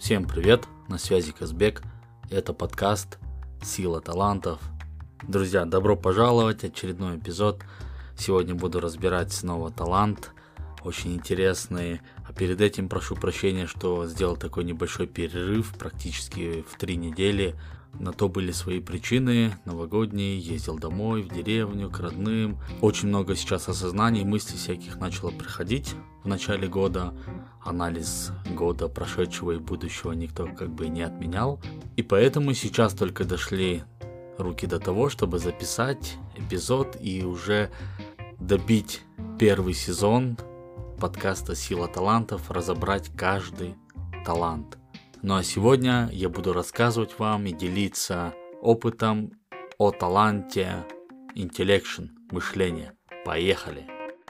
Всем привет, на связи Казбек, это подкаст «Сила талантов». Друзья, добро пожаловать, очередной эпизод. Сегодня буду разбирать снова талант, очень интересный. А перед этим прошу прощения, что сделал такой небольшой перерыв, практически в 3 недели. На то были свои причины, новогодние, ездил домой, в деревню, к родным. Очень много сейчас осознаний, мыслей всяких начало приходить в начале года. Анализ года прошедшего и будущего никто не отменял. И поэтому сейчас только дошли руки до того, чтобы записать эпизод и уже добить первый сезон подкаста «Сила талантов», разобрать каждый талант. Ну а сегодня я буду рассказывать вам и делиться опытом о таланте intellection, мышления. Поехали!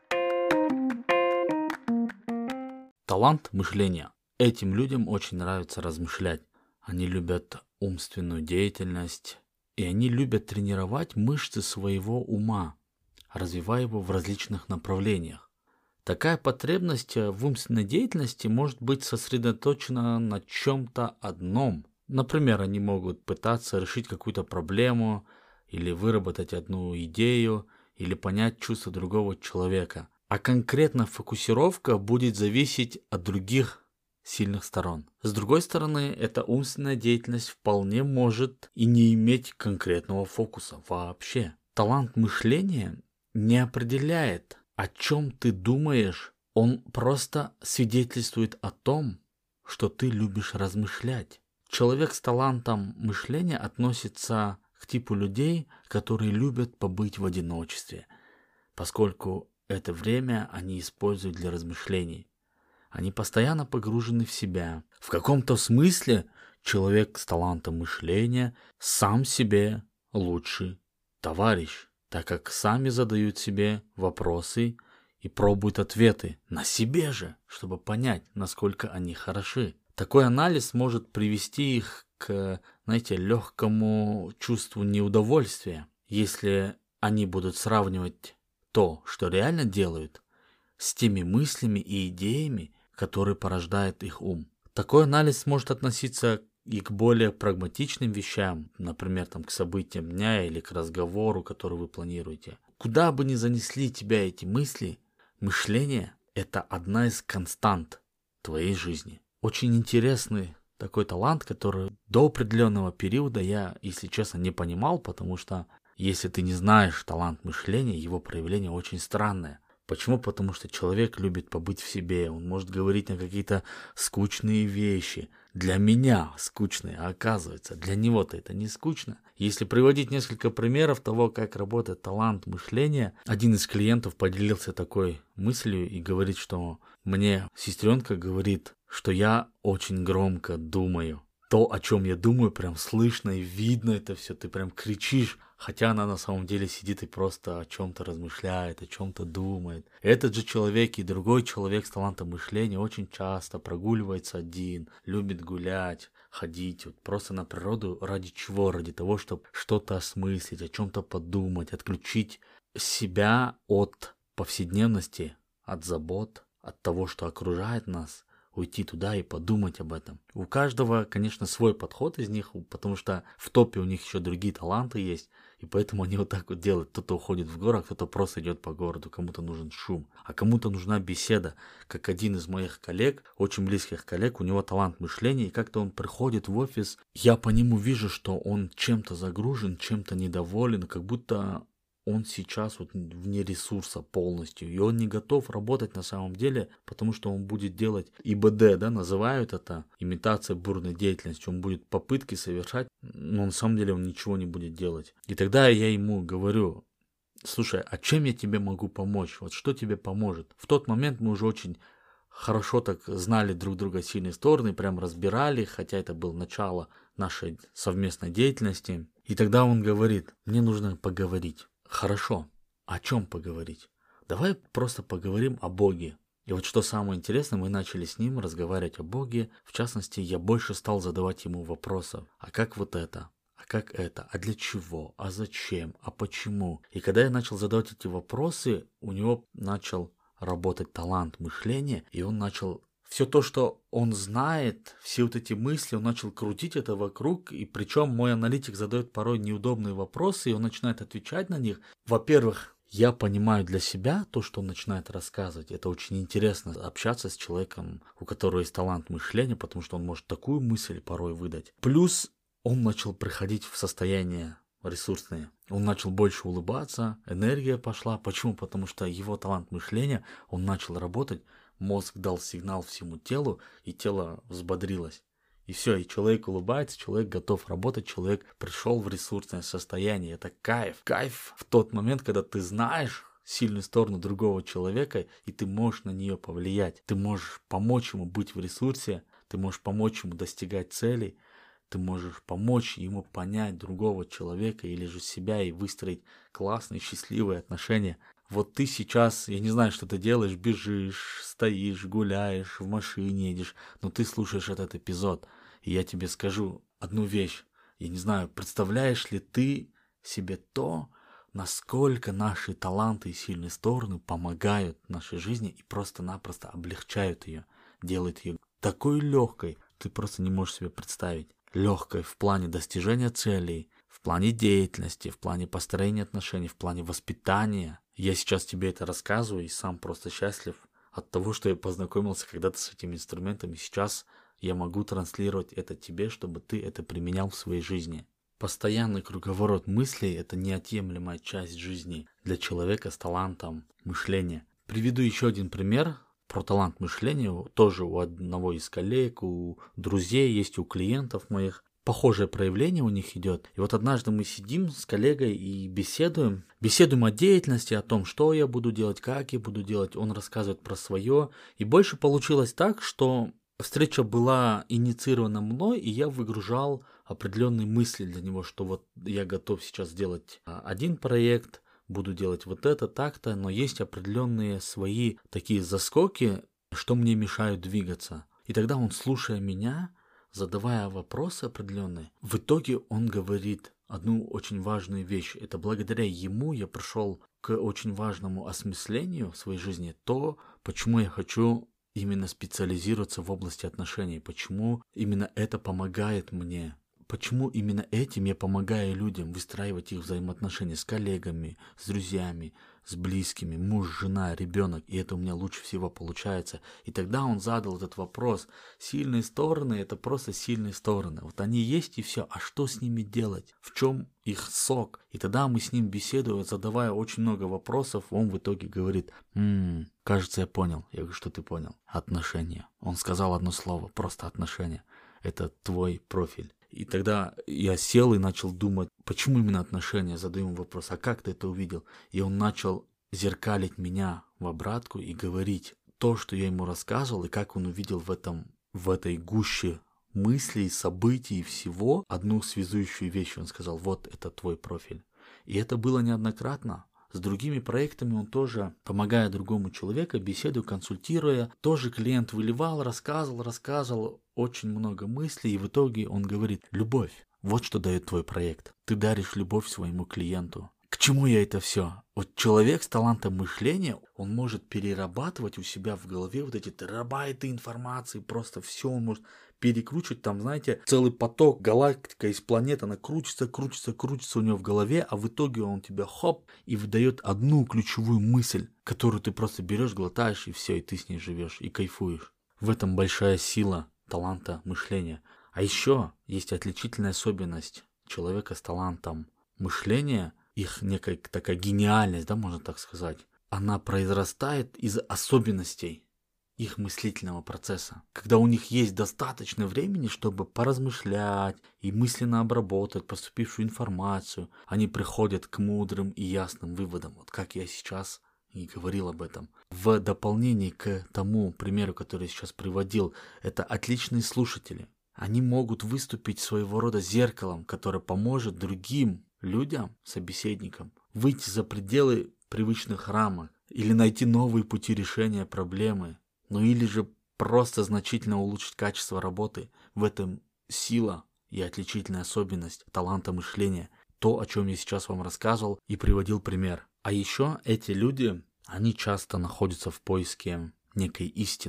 Талант мышления. Этим людям очень нравится размышлять. Они любят умственную деятельность, и они любят тренировать мышцы своего ума, развивая его в различных направлениях. Такая потребность в умственной деятельности может быть сосредоточена на чем-то одном. Например, они могут пытаться решить какую-то проблему, или выработать одну идею, или понять чувства другого человека. А конкретно фокусировка будет зависеть от других сильных сторон. С другой стороны, эта умственная деятельность вполне может и не иметь конкретного фокуса вообще. Талант мышления не определяет, о чем ты думаешь, он просто свидетельствует о том, что ты любишь размышлять. Человек с талантом мышления относится к типу людей, которые любят побыть в одиночестве, поскольку это время они используют для размышлений. Они постоянно погружены в себя. В каком-то смысле человек с талантом мышления сам себе лучший товарищ, так как сами задают себе вопросы и пробуют ответы на себе же, чтобы понять, насколько они хороши. Такой анализ может привести их к, легкому чувству неудовольствия, если они будут сравнивать то, что реально делают, с теми мыслями и идеями, которые порождает их ум. Такой анализ может относиться и к более прагматичным вещам, например, к событиям дня или к разговору, который вы планируете. Куда бы ни занесли тебя эти мысли, мышление – это одна из констант твоей жизни. Очень интересный такой талант, который до определенного периода я, если честно, не понимал, потому что если ты не знаешь талант мышления, его проявление очень странное. Почему? Потому что человек любит побыть в себе, он может говорить на какие-то скучные вещи. Для меня скучные, а оказывается, для него-то это не скучно. Если приводить несколько примеров того, как работает талант мышления, один из клиентов поделился такой мыслью и говорит, что мне сестренка говорит, что я очень громко думаю. То, о чем я думаю, прям слышно и видно это все, ты прям кричишь, хотя она на самом деле сидит и просто о чем-то размышляет, о чем-то думает. Этот же человек и другой человек с талантом мышления очень часто прогуливается один, любит гулять, ходить просто на природу. Ради чего? Ради того, чтобы что-то осмыслить, о чем-то подумать, отключить себя от повседневности, от забот, от того, что окружает нас. Уйти туда и подумать об этом. У каждого, конечно, свой подход из них, потому что в топе у них еще другие таланты есть, и поэтому они вот так вот делают. Кто-то уходит в горы, а кто-то просто идет по городу, кому-то нужен шум, а кому-то нужна беседа. Как один из моих коллег, очень близких коллег, у него талант мышления, и как-то он приходит в офис, я по нему вижу, что он чем-то загружен, чем-то недоволен, как будто он сейчас вне ресурса полностью, и он не готов работать на самом деле, потому что он будет делать ИБД, называют это, имитация бурной деятельности, он будет попытки совершать, но на самом деле он ничего не будет делать. И тогда я ему говорю: слушай, а чем я тебе могу помочь, что тебе поможет? В тот момент мы уже очень хорошо так знали друг друга сильные стороны, прям разбирали, хотя это было начало нашей совместной деятельности. И тогда он говорит: мне нужно поговорить. Хорошо, о чем поговорить? Давай просто поговорим о Боге. И вот что самое интересное, мы начали с ним разговаривать о Боге. В частности, я больше стал задавать ему вопросов. А как вот это? А как это? А для чего? А зачем? А почему? И когда я начал задавать эти вопросы, у него начал работать талант мышления, и он начал все то, что он знает, все вот эти мысли, он начал крутить это вокруг, и причем мой аналитик задает порой неудобные вопросы, и он начинает отвечать на них. Во-первых, я понимаю для себя то, что он начинает рассказывать. Это очень интересно общаться с человеком, у которого есть талант мышления, потому что он может такую мысль порой выдать. Плюс он начал приходить в состояние ресурсное. Он начал больше улыбаться, энергия пошла. Почему? Потому что его талант мышления, он начал работать, мозг дал сигнал всему телу, и тело взбодрилось. И все, и человек улыбается, человек готов работать, человек пришел в ресурсное состояние. Это кайф. Кайф в тот момент, когда ты знаешь сильную сторону другого человека, и ты можешь на нее повлиять. Ты можешь помочь ему быть в ресурсе, ты можешь помочь ему достигать целей, ты можешь помочь ему понять другого человека или же себя и выстроить классные, счастливые отношения. Вот ты сейчас, я не знаю, что ты делаешь, бежишь, стоишь, гуляешь, в машине едешь, но ты слушаешь этот эпизод, и я тебе скажу одну вещь. Я не знаю, представляешь ли ты себе то, насколько наши таланты и сильные стороны помогают нашей жизни и просто-напросто облегчают ее, делают ее такой легкой, ты просто не можешь себе представить. Легкой в плане достижения целей, в плане деятельности, в плане построения отношений, в плане воспитания. Я сейчас тебе это рассказываю и сам просто счастлив от того, что я познакомился когда-то с этими инструментами. Сейчас я могу транслировать это тебе, чтобы ты это применял в своей жизни. Постоянный круговорот мыслей – это неотъемлемая часть жизни для человека с талантом мышления. Приведу еще один пример про талант мышления. Тоже у одного из коллег, у друзей есть, у клиентов моих. Похожее проявление у них идет. И вот однажды мы сидим с коллегой и беседуем. Беседуем о деятельности, о том, что я буду делать, как я буду делать. Он рассказывает про свое. И больше получилось так, что встреча была инициирована мной, и я выгружал определенные мысли для него, что вот я готов сейчас сделать один проект, буду делать вот это, так-то, но есть определенные свои такие заскоки, что мне мешают двигаться. И тогда он, слушая меня, задавая вопросы определенные, в итоге он говорит одну очень важную вещь. Это благодаря ему я пришел к очень важному осмыслению в своей жизни, то, почему я хочу именно специализироваться в области отношений, почему именно это помогает мне. Почему именно этим я помогаю людям выстраивать их взаимоотношения с коллегами, с друзьями, с близкими, муж, жена, ребенок, и это у меня лучше всего получается. И тогда он задал этот вопрос. Сильные стороны – это просто сильные стороны. Вот они есть и все. А что с ними делать? В чем их сок? И тогда мы с ним беседуем, задавая очень много вопросов. Он в итоге говорит: кажется, я понял. Я говорю: что ты понял? Отношения. Он сказал одно слово, просто отношения. Это твой профиль. И тогда я сел и начал думать, почему именно отношения, задаю ему вопрос, а как ты это увидел? И он начал зеркалить меня в обратку и говорить то, что я ему рассказывал, и как он увидел в этой гуще мыслей, событий и всего одну связующую вещь. Он сказал: вот это твой профиль. И это было неоднократно. С другими проектами он тоже, помогая другому человеку, беседуя, консультируя, тоже клиент выливал, рассказывал, очень много мыслей, и в итоге он говорит: любовь, вот что дает твой проект. Ты даришь любовь своему клиенту. К чему я это все? Вот человек с талантом мышления, он может перерабатывать у себя в голове вот эти терабайты информации, просто все он может перекручивать, там, знаете, целый поток, галактика из планет, она крутится у него в голове, а в итоге он тебя хоп и выдает одну ключевую мысль, которую ты просто берешь, глотаешь, и все, и ты с ней живешь, и кайфуешь. В этом большая сила таланта мышления. А еще есть отличительная особенность человека с талантом мышления, их некая такая гениальность, да, можно так сказать, она произрастает из особенностей их мыслительного процесса. Когда у них есть достаточно времени, чтобы поразмышлять и мысленно обработать поступившую информацию, они приходят к мудрым и ясным выводам, вот как я сейчас и говорил об этом. В дополнение к тому примеру, который я сейчас приводил, это отличные слушатели. Они могут выступить своего рода зеркалом, которое поможет другим людям, собеседникам, выйти за пределы привычных рамок или найти новые пути решения проблемы, ну или же просто значительно улучшить качество работы. В этом сила и отличительная особенность таланта мышления. То, о чем я сейчас вам рассказывал и приводил пример. А еще эти люди, они часто находятся в поиске некой истины.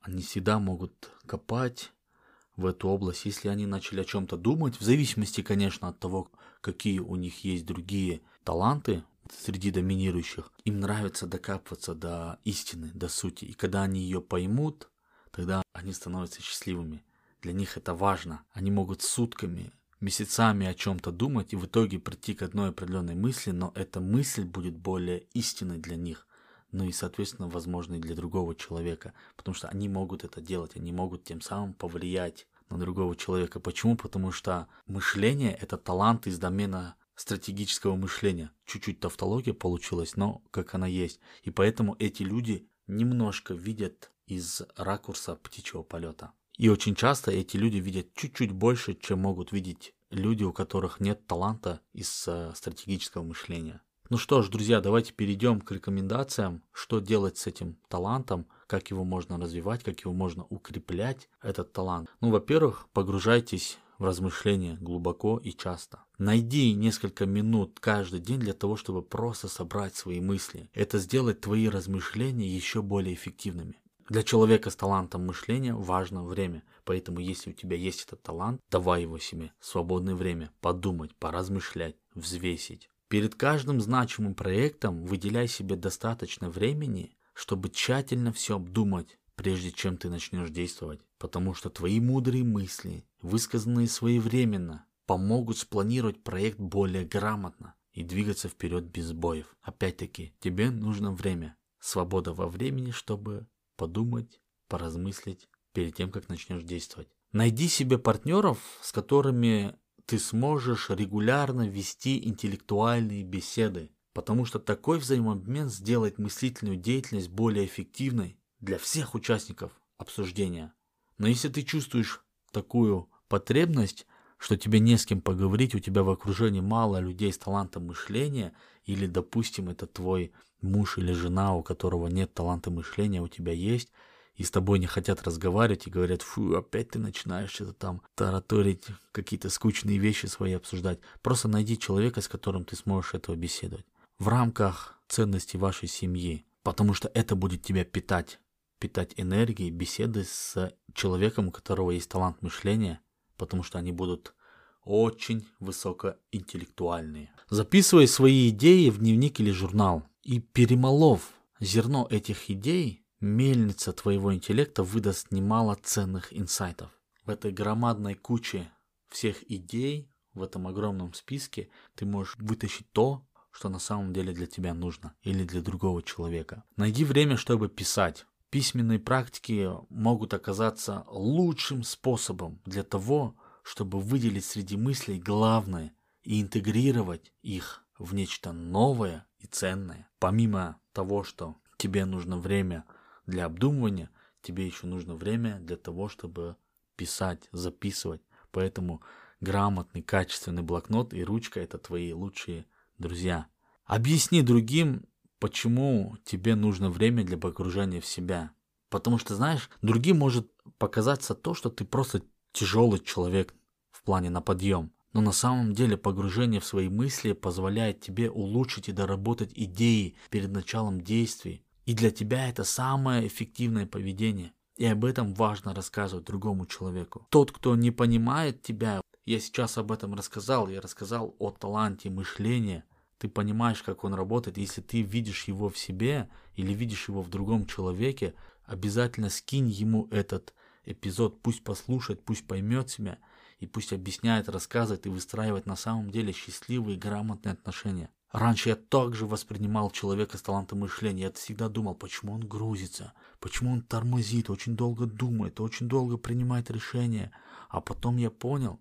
они всегда могут копать в эту область, если они начали о чем-то думать, в зависимости, конечно, от того, какие у них есть другие таланты среди доминирующих, им нравится докапываться до истины, до сути. И когда они ее поймут, тогда они становятся счастливыми. Для них это важно. Они могут сутками, месяцами о чем-то думать и в итоге прийти к одной определенной мысли, но эта мысль будет более истинной для них, ну и, соответственно, возможной для другого человека, потому что они могут это делать, они могут тем самым повлиять на другого человека. Почему? Потому что мышление – это талант из домена стратегического мышления. Чуть-чуть тавтология получилась, но как она есть. И поэтому эти люди немножко видят из ракурса птичьего полета. И очень часто эти люди видят чуть-чуть больше, чем могут видеть люди, у которых нет таланта из стратегического мышления. Ну что ж, друзья, давайте перейдем к рекомендациям, что делать с этим талантом, как его можно развивать, как его можно укреплять, этот талант. Ну, во-первых, погружайтесь в размышления глубоко и часто. Найди несколько минут каждый день для того, чтобы просто собрать свои мысли. Это сделает твои размышления еще более эффективными. Для человека с талантом мышления важно время, поэтому если у тебя есть этот талант, давай его себе, свободное время, подумать, поразмышлять, взвесить. Перед каждым значимым проектом выделяй себе достаточно времени, чтобы тщательно все обдумать, прежде чем ты начнешь действовать, потому что твои мудрые мысли, высказанные своевременно, помогут спланировать проект более грамотно и двигаться вперед без сбоев. Опять-таки, тебе нужно время, свобода во времени, чтобы подумать, поразмыслить перед тем, как начнешь действовать. Найди себе партнеров, с которыми ты сможешь регулярно вести интеллектуальные беседы, потому что такой взаимообмен сделает мыслительную деятельность более эффективной для всех участников обсуждения. Но если ты чувствуешь такую потребность, что тебе не с кем поговорить, у тебя в окружении мало людей с талантом мышления, или, допустим, это твой муж или жена, у которого нет таланта мышления, у тебя есть, и с тобой не хотят разговаривать и говорят: фу, опять ты начинаешь что-то там тараторить, какие-то скучные вещи свои обсуждать. Просто найди человека, с которым ты сможешь этого беседовать в рамках ценностей вашей семьи, потому что это будет тебя питать энергией, беседы с человеком, у которого есть талант мышления, потому что они будут очень высокоинтеллектуальные. Записывай свои идеи в дневник или журнал, и перемолов зерно этих идей, мельница твоего интеллекта выдаст немало ценных инсайтов. В этой громадной куче всех идей, в этом огромном списке, ты можешь вытащить то, что на самом деле для тебя нужно или для другого человека. Найди время, чтобы писать. Письменные практики могут оказаться лучшим способом для того, чтобы выделить среди мыслей главное и интегрировать их в нечто новое и ценное. Помимо того, что тебе нужно время для обдумывания, тебе еще нужно время для того, чтобы писать, записывать. Поэтому грамотный, качественный блокнот и ручка – это твои лучшие друзья. Объясни другим, почему тебе нужно время для погружения в себя. Потому что, знаешь, другим может показаться то, что ты просто тяжелый человек в плане на подъем. Но на самом деле погружение в свои мысли позволяет тебе улучшить и доработать идеи перед началом действий. И для тебя это самое эффективное поведение. И об этом важно рассказывать другому человеку. Тот, кто не понимает тебя, я сейчас об этом рассказал, я рассказал о таланте мышления. Ты понимаешь, как он работает. Если ты видишь его в себе или видишь его в другом человеке, обязательно скинь ему этот эпизод, пусть послушает, пусть поймет себя, и пусть объясняет, рассказывает и выстраивает на самом деле счастливые, грамотные отношения. Раньше я также воспринимал человека с талантом мышления. Я всегда думал, почему он грузится, почему он тормозит, очень долго думает, очень долго принимает решения. А потом я понял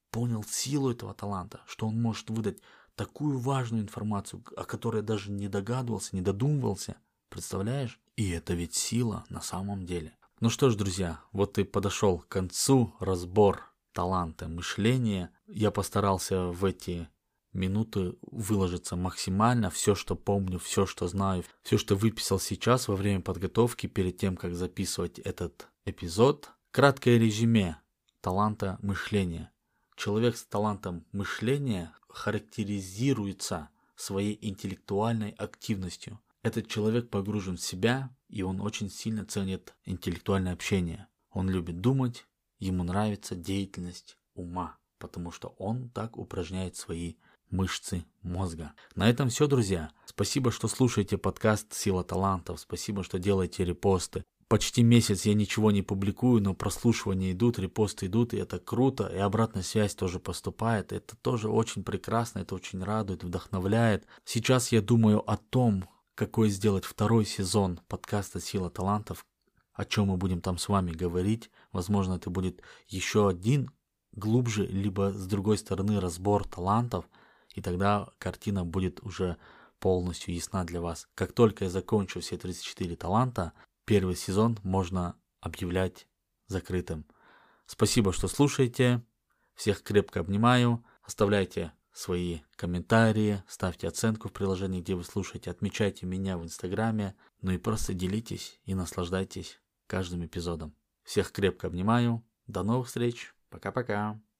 силу этого таланта, что он может выдать такую важную информацию, о которой я даже не догадывался, не додумывался. Представляешь? И это ведь сила на самом деле. Ну что ж, друзья, вот и подошел к концу разбор таланта мышления. Я постарался в эти минуты выложиться максимально. Все, что помню, все, что знаю, все, что выписал сейчас во время подготовки, перед тем, как записывать этот эпизод. Краткое резюме таланта мышления. Человек с талантом мышления характеризуется своей интеллектуальной активностью. Этот человек погружен в себя, и он очень сильно ценит интеллектуальное общение. Он любит думать, ему нравится деятельность ума, потому что он так упражняет свои мышцы мозга. На этом все, друзья. Спасибо, что слушаете подкаст «Сила талантов». Спасибо, что делаете репосты. Почти месяц я ничего не публикую, но прослушивания идут, репосты идут, и это круто. И обратная связь тоже поступает. Это тоже очень прекрасно, это очень радует, вдохновляет. Сейчас я думаю о том, какой сделать второй сезон подкаста «Сила талантов», о чем мы будем там с вами говорить. Возможно, это будет еще один глубже, либо с другой стороны разбор талантов, и тогда картина будет уже полностью ясна для вас. Как только я закончу все 34 таланта, первый сезон можно объявлять закрытым. Спасибо, что слушаете. Всех крепко обнимаю. Оставляйте свои комментарии, ставьте оценку в приложении, где вы слушаете, отмечайте меня в Инстаграме, ну и просто делитесь и наслаждайтесь каждым эпизодом. Всех крепко обнимаю. До новых встреч. Пока-пока.